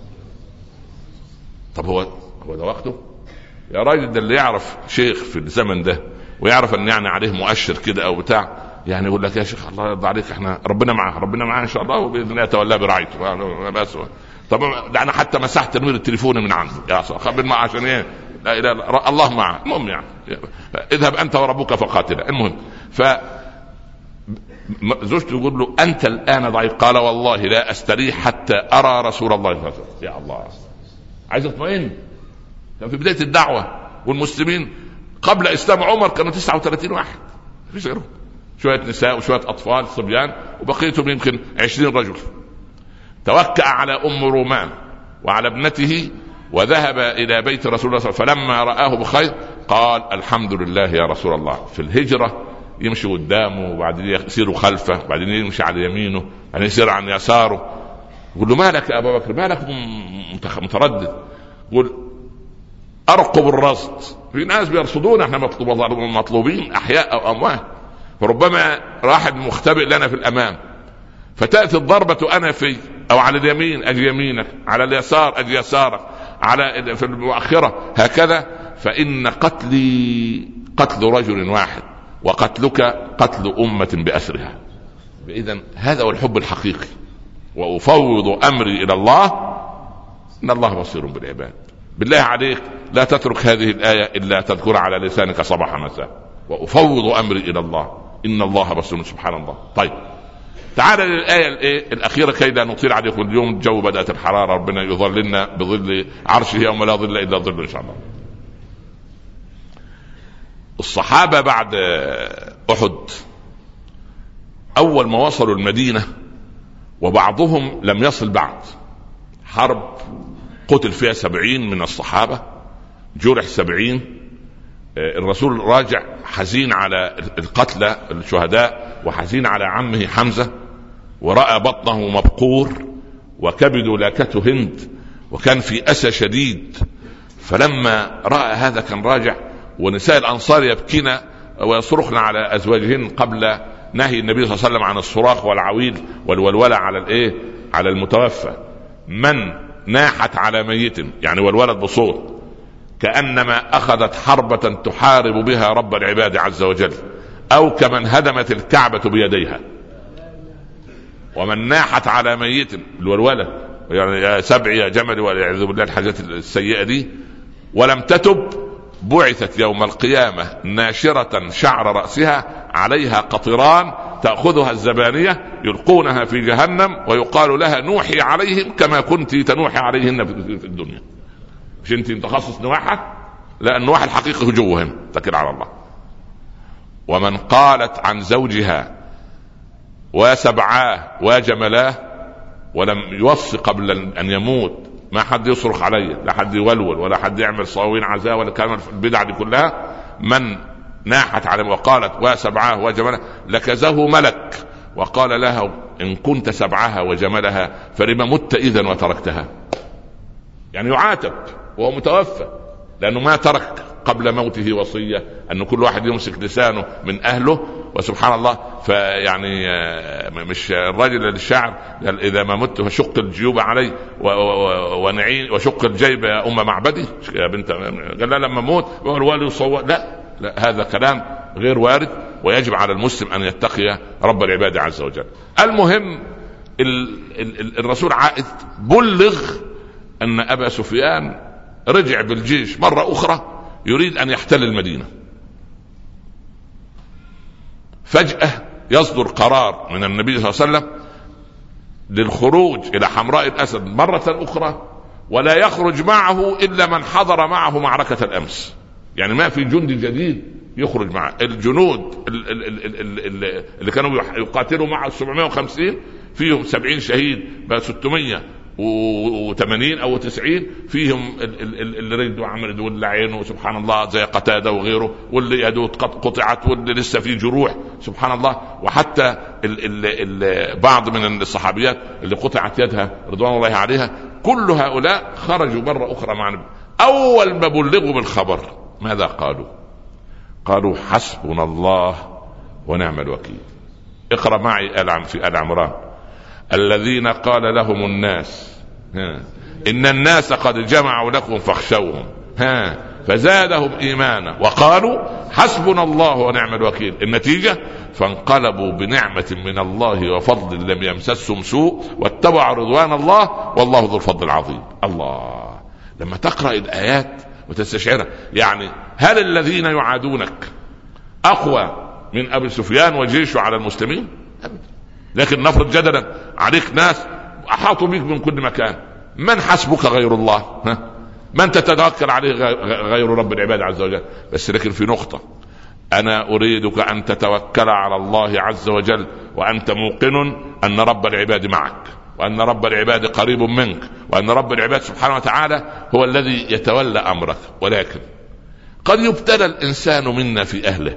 طب هو هو ده وقته يا راجل؟ ده اللي يعرف شيخ في الزمن ده ويعرف ان يعني عليه مؤشر كده او بتاع يعني يقول لك يا شيخ الله يرضى عليك احنا ربنا معاه ربنا معاه ان شاء الله وباذن الله يتولى برعايته. بس طب ده انا حتى مسحت تنوير التليفون من عنده يا خبر ما عشان ايه؟ لا اله الله معه. المهم يعني اذهب انت وربك فقاتلا. المهم ف زوجته يقول له انت الان ضعيف. قال والله لا استريح حتى ارى رسول الله صلى الله عليه وسلم. يا الله عايز اطمئن. كان في بداية الدعوة والمسلمين قبل إسلام عمر كانوا تسعة وثلاثين واحد مفيش غيرهم، شوية نساء وشوية أطفال صبيان وبقيتهم يمكن عشرين رجل. توكأ على أم رومان وعلى ابنته وذهب إلى بيت رسول الله صلى الله عليه وسلم، فلما رآه بخير قال الحمد لله يا رسول الله. في الهجرة يمشي قدامه وبعدين يسير خلفه وبعدين يمشي على يمينه وبعدين يسير عن يساره. يقول له مالك يا أبا بكر، مالك متردد؟ يقول أرقب الرصد. في ناس بيرصدون، احنا مطلوبين أحياء أو أموات، فربما راحد مختبئ لنا في الأمام فتأتي الضربة أنا في أو على اليمين أجي يمينك، على اليسار أجي يسارك، على في المؤخرة هكذا. فإن قتلي قتل رجل واحد وقتلك قتل أمة بأسرها. إذن هذا هو الحب الحقيقي. وأفوض أمري إلى الله إن الله بصير بالعباد. بالله عليك لا تترك هذه الآية إلا تذكر على لسانك صباح مساء، وأفوض أمري إلى الله إن الله بصير. سبحان الله. طيب تعال للآية الأخيرة كي لا نطيل عليكم اليوم. الجو بدأت الحرارة، ربنا يظللنا بظل عرشه يوم لا ظل إلا ظل إن شاء الله. الصحابة بعد أحد أول ما وصلوا المدينة، وبعضهم لم يصل بعد، حرب قتل فيها سبعين من الصحابة، جرح سبعين. الرسول راجع حزين على القتلى الشهداء وحزين على عمه حمزة، ورأى بطنه مبقور وكبده لاكته هند وكان في أسى شديد. فلما رأى هذا كان راجع، ونساء الأنصار يبكين ويصرخن على أزواجهن قبل نهي النبي صلى الله عليه وسلم عن الصراخ والعويل والولولة على الايه على المتوفى. من ناحت على ميت يعني والولد بصوت كأنما أخذت حربة تحارب بها رب العباد عز وجل، أو كمن هدمت الكعبة بيديها. ومن ناحت على ميت الولولة يعني يا سبع يا جمل والعياذ بالله الحاجات السيئة دي، ولم تتب بعثت يوم القيامة ناشرة شعر رأسها عليها قطران تأخذها الزبانية يلقونها في جهنم ويقال لها نوحي عليهم كما كنت تنوحي عليهن في الدنيا. مش انت متخصص نواحة؟ لا، النواحة الحقيقة جوهم. تكل على الله. ومن قالت عن زوجها وسبعاه وجملاه ولم يوصي قبل أن يموت، ما حد يصرخ عليه، لا حد يولول ولا حد يعمل صواوين عزاء ولا كلام البدع دي كلها. من ناحت على وقالت وسبعاه وجملها لكزه ملك وقال لها إن كنت سبعها وجملها فلما مت إذن وتركتها. يعني يعاتب وهو متوفى لأنه ما ترك قبل موته وصية أن كل واحد يمسك لسانه من أهله. وسبحان الله، فيعني مش الرجل الشاعر قال إذا ما مت فشق الجيوب علي ونعين وشق الجيب يا أم معبدي يا بنت. قال لا لما موت والوالي يصور. لا, لا هذا كلام غير وارد، ويجب على المسلم أن يتقي رب العباد عز وجل. المهم الرسول عائد بلغ أن أبا سفيان رجع بالجيش مرة أخرى يريد أن يحتل المدينة. فجأة يصدر قرار من النبي صلى الله عليه وسلم للخروج إلى حمراء الأسد مرة أخرى، ولا يخرج معه إلا من حضر معه معركة الأمس. يعني ما في جندي جديد يخرج معه. الجنود اللي كانوا يقاتلوا معه سبعمائة وخمسين فيهم سبعين شهيد، بقى ستمائة وثمانين أو تسعين فيهم اللي ردوا عمرو واللي عينه سبحان الله زي قتادة وغيره، واللي يده قطعت واللي لسه فيه جروح سبحان الله. وحتى ال ال ال بعض من الصحابيات اللي قطعت يدها رضوان الله عليها. كل هؤلاء خرجوا مرة أخرى معنا. أول ما بلغوا بالخبر ماذا قالوا؟ قالوا حسبنا الله ونعم الوكيل. اقرأ معي آل في آل عمران. الذين قال لهم الناس ها إن الناس قد جمعوا لكم فاخشوهم ها فزادهم إيمانا وقالوا حسبنا الله ونعم الوكيل. النتيجة فانقلبوا بنعمة من الله وفضل لم يمسسهم سوء واتبعوا رضوان الله والله ذو الفضل العظيم. الله لما تقرأ الآيات وتستشعرها، يعني هل الذين يعادونك أقوى من أبي سفيان وجيشه على المسلمين؟ لكن نفرض جدلا عليك ناس أحاطوا بك من كل مكان، من حسبك غير الله؟ ها؟ من تتوكل عليه غير رب العباد عز وجل؟ بس لكن في نقطة، أنا أريدك أن تتوكل على الله عز وجل وأنت موقن أن رب العباد معك، وأن رب العباد قريب منك، وأن رب العباد سبحانه وتعالى هو الذي يتولى أمرك. ولكن قد يبتلى الإنسان منا في أهله.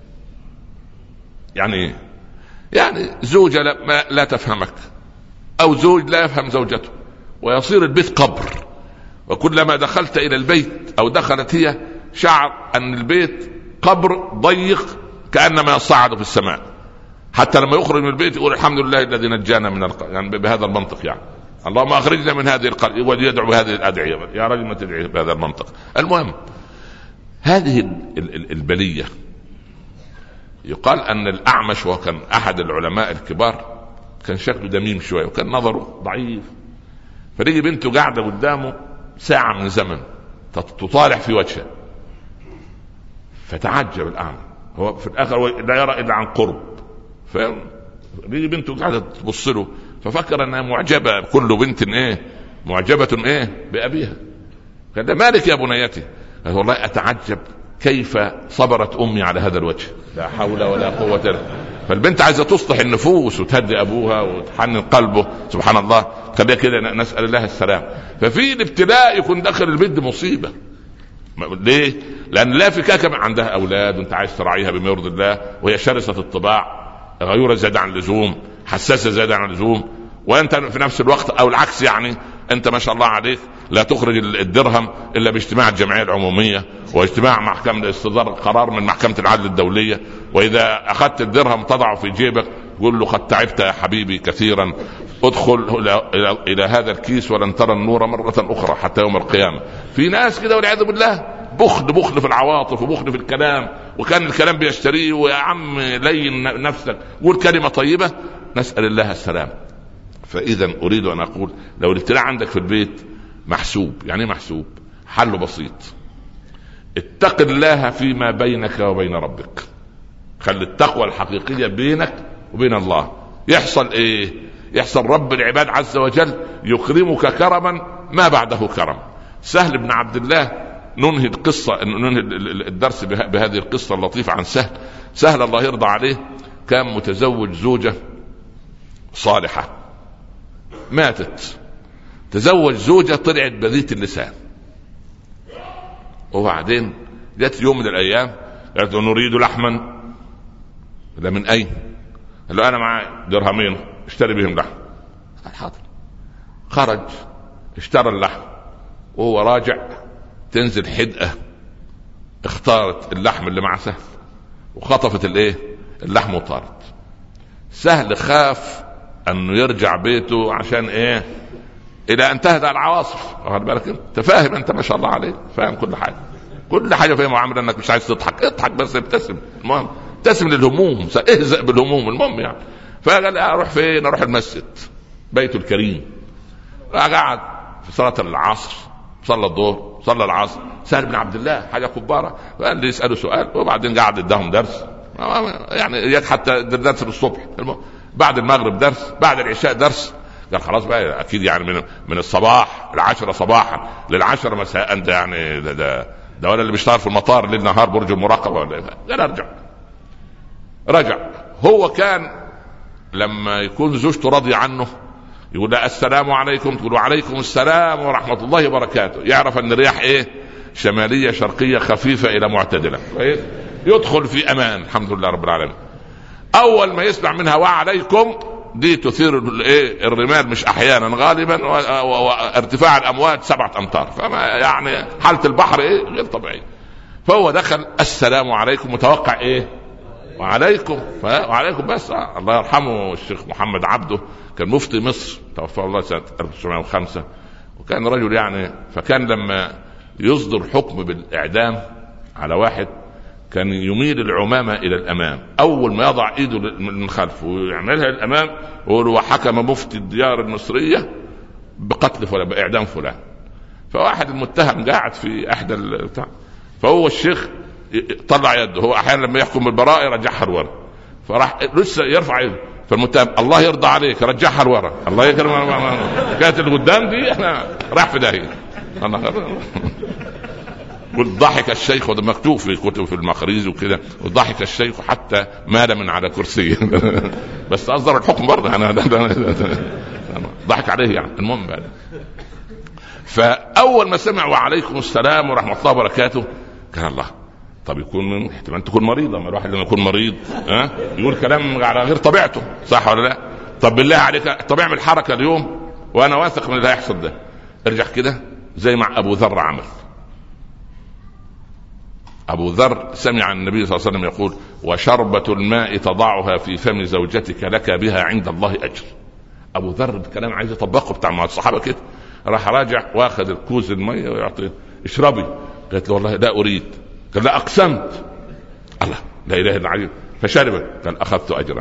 يعني يعني زوجة لا, ما لا تفهمك، أو زوج لا يفهم زوجته، ويصير البيت قبر. وكلما دخلت إلى البيت أو دخلت هي شعر أن البيت قبر ضيق كأنما يصعد في السماء. حتى لما يخرج من البيت يقول الحمد لله الذي نجانا من القرية، يعني بهذا المنطق، يعني اللهم أخرجنا من هذه القرية، ويدعو بهذه الأدعية. يا رجل ما تدعي بهذا المنطق. المهم هذه البلية. يقال أن الأعمش، وكان أحد العلماء الكبار، كان شكله دميم شوية وكان نظره ضعيف، فريجي بنته قاعدة قدامه ساعة من زمن تطالع في وجهه، فتعجب الأعمى. هو في الآخر لا يرى إلا عن قرب، فريجي بنته قاعدة تبص له، ففكر أنها معجبة. كل بنت إيه معجبة إيه بأبيها. قال مالك يا بنيتي؟ قال والله أتعجب كيف صبرت أمي على هذا الوجه، لا حول ولا قوة إلا. فالبنت عايزة تصلح النفوس وتهدي أبوها وتحنن قلبه. سبحان الله. خلينا كده نسأل الله السلام. ففي الابتلاء يكون داخل البيت مصيبة. ليه؟ لأن لا فكاك عندها أولاد وانت عايز تراعيها بما يرضي الله، وهي شرسة الطباع، غيورة زيادة عن اللزوم، حساسة زيادة عن اللزوم، وانت في نفس الوقت او العكس، يعني انت ما شاء الله عليك لا تخرج الدرهم الا باجتماع الجمعيه العموميه واجتماع محكمه استصدار قرار من محكمه العدل الدوليه، واذا اخذت الدرهم تضعه في جيبك قل له قد تعبت يا حبيبي كثيرا، ادخل الى, إلى هذا الكيس ولن ترى النور مره اخرى حتى يوم القيامه. في ناس كده والعياذ بالله بخل بخل في العواطف وبخل في الكلام، وكان الكلام بيشتريه. ويا عم لين نفسك، قول كلمه طيبه، نسال الله السلام. فإذا أريد أن أقول لو الابتلاء عندك في البيت محسوب. يعني محسوب؟ حله بسيط، اتق الله فيما بينك وبين ربك. خلي التقوى الحقيقية بينك وبين الله. يحصل إيه؟ يحصل رب العباد عز وجل يكرمك كرما ما بعده كرم. سهل بن عبد الله، ننهي القصة ننهي الدرس بهذه القصة اللطيفة عن سهل. سهل الله يرضى عليه كان متزوج زوجة صالحة، ماتت، تزوج زوجة طلعت بذيت اللسان. وبعدين جت يوم من الأيام قالت له نريد لحما. لا من أين؟ قال له أنا معي درهمين اشتري بهم لحم. قال حاضر. خرج اشترى اللحم، وهو راجع تنزل حدقة اختارت اللحم اللي مع سهل وخطفت الايه اللحم وطارت. سهل خاف انه يرجع بيته عشان ايه؟ الى ان تهدأ العواصف. واخد بالك انت؟ فاهم انت ما شاء الله عليك، فاهم كل حاجه كل حاجه فاهم. وعامل انك مش عايز تضحك، اضحك بس ابتسم. المهم ابتسم للهموم، اهزأ بالهموم. المهم يعني فقال اروح فين؟ اروح المسجد بيته الكريم. قعد في صلاه العصر، صلى الظهر، صلى العصر. سهل بن عبد الله حاجه كباره، قال لي يساله سؤال وبعدين قعد اداهم درس، يعني حتى درس الصبح، بعد المغرب درس، بعد العشاء درس. قال خلاص بقى اكيد يعني من من الصباح العشرة صباحا للعشرة مساء انت يعني ده ده, ده ولا اللي بيشتغل في المطار ليل نهار برج المراقبه ولا؟ قال ارجع. رجع. هو كان لما يكون زوجته راضيه عنه يقول له السلام عليكم، تقول وعليكم السلام ورحمه الله وبركاته. يعرف ان الرياح ايه؟ شماليه شرقيه خفيفه الى معتدله، يدخل في امان الحمد لله رب العالمين. اول ما يسمع منها وعليكم دي تثير الايه الرمال مش احيانا غالبا، وارتفاع الامواج سبعة امتار، فما يعني حاله البحر ايه غير طبيعيه. فهو دخل السلام عليكم متوقع ايه؟ وعليكم. وعليكم بس. الله يرحمه الشيخ محمد عبده كان مفتي مصر، توفى الله سنه ألف وتسعمائة وخمسة، وكان رجل يعني. فكان لما يصدر حكم بالاعدام على واحد كان يميل العمامة إلى الأمام، أول ما يضع إيده من خلفه ويعملها للأمام ويقول وحكم مفتي الديار المصرية بقتل فلان بإعدام فلان. فواحد المتهم قاعد في إحدى البتاع، فهو الشيخ طلع يده، هو أحيانا لما يحكم بالبراءة يرجعها لورا، فراح لسه يرفع يده، فالمتهم الله يرضى عليك رجعها لورا، الله يكرم. كانت اللي قدام دي أنا راح في داهية. وضحك الشيخ، وده مكتوب في كتب في المقريز وكده، وضحك الشيخ حتى مال من على كرسيه. بس أصدر الحكم برضه. أنا ضحك عليه يعني. المهم يعني فاول ما سمع وعليكم السلام ورحمه الله وبركاته قال الله طب يكون من احتمال تكون مريضه، ما الواحد لما يكون مريض ها يقول كلام على غير طبيعته، صح ولا لا؟ طب بالله عليك طب اعمل حركه اليوم وانا واثق من اللي هيحصل ده. ارجع كده زي مع ابو ذر عمل. ابو ذر سمع النبي صلى الله عليه وسلم يقول وشربة الماء تضعها في فم زوجتك لك بها عند الله اجر. ابو ذر الكلام عايز يطبقه بتاع مع الصحابه كده، راح راجع واخذ الكوز الميه ويعطيه اشربي. قالت له والله لا اريد. قال لا اقسمت. الله لا اله الا الله. فشربت. قال اخذت اجرا.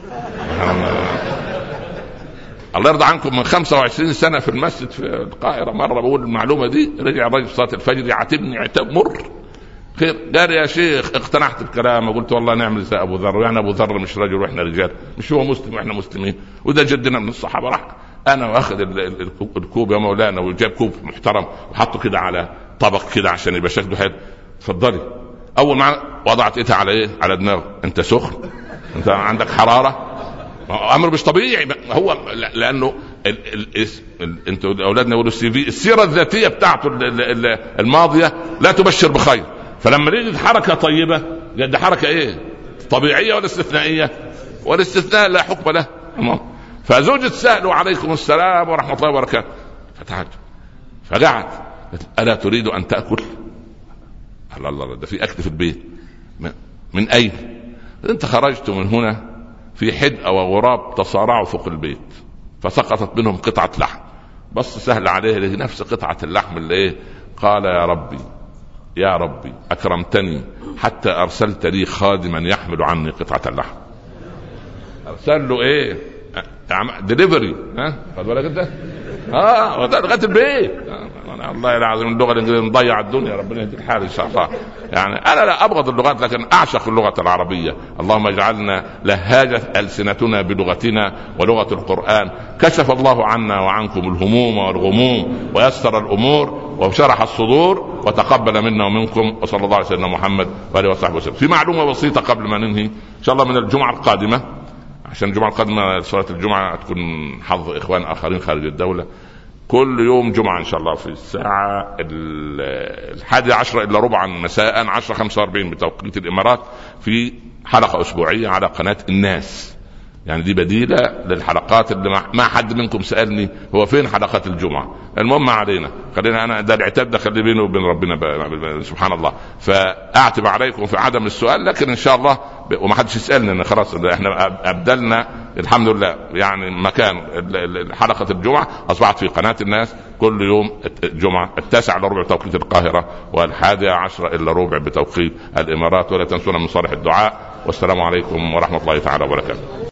الله يرضى عنكم من خمسة وعشرين سنة في المسجد في القاهرة مرة بقول المعلومة دي، رجع الرجل صلاة الفجر يعاتبني عتاب مر. خير قال يا شيخ اقتنعت بكلامه. قلت والله نعمل زي ابو ذر، يعني ابو ذر مش رجل واحنا رجال، مش هو مسلم واحنا مسلمين، وده جدنا من الصحابة. راح انا واخذ الكوب يا مولانا وجاب كوب محترم وحطه كده على طبق كده عشان يبقى شكله حلو. اتفضلي. اول ما وضعت ايدها على ايه على دماغه انت سخن انت عندك حرارة، امر مش طبيعي. هو لانه انتوا اولادنا يقولوا السي في السيره الذاتيه بتاعته الماضيه لا تبشر بخير. فلما يجد حركه طيبه قد حركه ايه طبيعيه ولا استثنائيه؟ والاستثناء لا حكم له. فزوجة سألوا عليكم السلام ورحمه الله وبركاته فتعجب فقعد الا تريد ان تاكل؟ الله الله ده في اكل في البيت. من اين؟ انت خرجت من هنا في حدأ وغراب تصارعوا فوق البيت فسقطت منهم قطعة لحم. بص سهل عليه نفس قطعة اللحم اللي ايه. قال يا ربي يا ربي أكرمتني حتى أرسلت لي خادما يحمل عني قطعة اللحم. أرسل له ايه ديليفري ها ولا كده اه لغايه البيت. الله العظيم اللغه الانجليزيه نضيع الدنيا، ربنا يهدي الحال ان شاء الله. يعني انا لا ابغض اللغات لكن اعشق اللغه العربيه. اللهم اجعلنا لهاجه السنتنا بلغتنا ولغه القران. كشف الله عنا وعنكم الهموم والغموم ويسر الامور وشرح الصدور وتقبل منا ومنكم وصلى الله على سيدنا محمد واله وصحبه وسلم. في معلومه بسيطه قبل ما ننهي ان شاء الله من الجمعه القادمه، عشان الجمعة القادمة صلاة الجمعة تكون حظ إخوان آخرين خارج الدولة. كل يوم جمعة إن شاء الله في الساعة الحادية عشرة إلا ربعا مساء عشرة خمسة وأربعين بتوقيت الإمارات في حلقة أسبوعية على قناة الناس. يعني دي بديلة للحلقات اللي ما حد منكم سألني هو فين حلقات الجمعة. المهم علينا خلينا أنا ده العتاب ده خلي بينه وبين ربنا سبحان الله. فأعتب عليكم في عدم السؤال لكن إن شاء الله وما حدش يسألني إن خلاص احنا أبدلنا الحمد لله يعني مكان حلقة الجمعة أصبحت في قناة الناس كل يوم الجمعة التاسع إلا ربع بتوقيت القاهرة والحادية عشرة إلا ربع بتوقيت الإمارات. ولا تنسونا من صالح الدعاء. والسلام عليكم ورحمة الله تعالى وبركاته.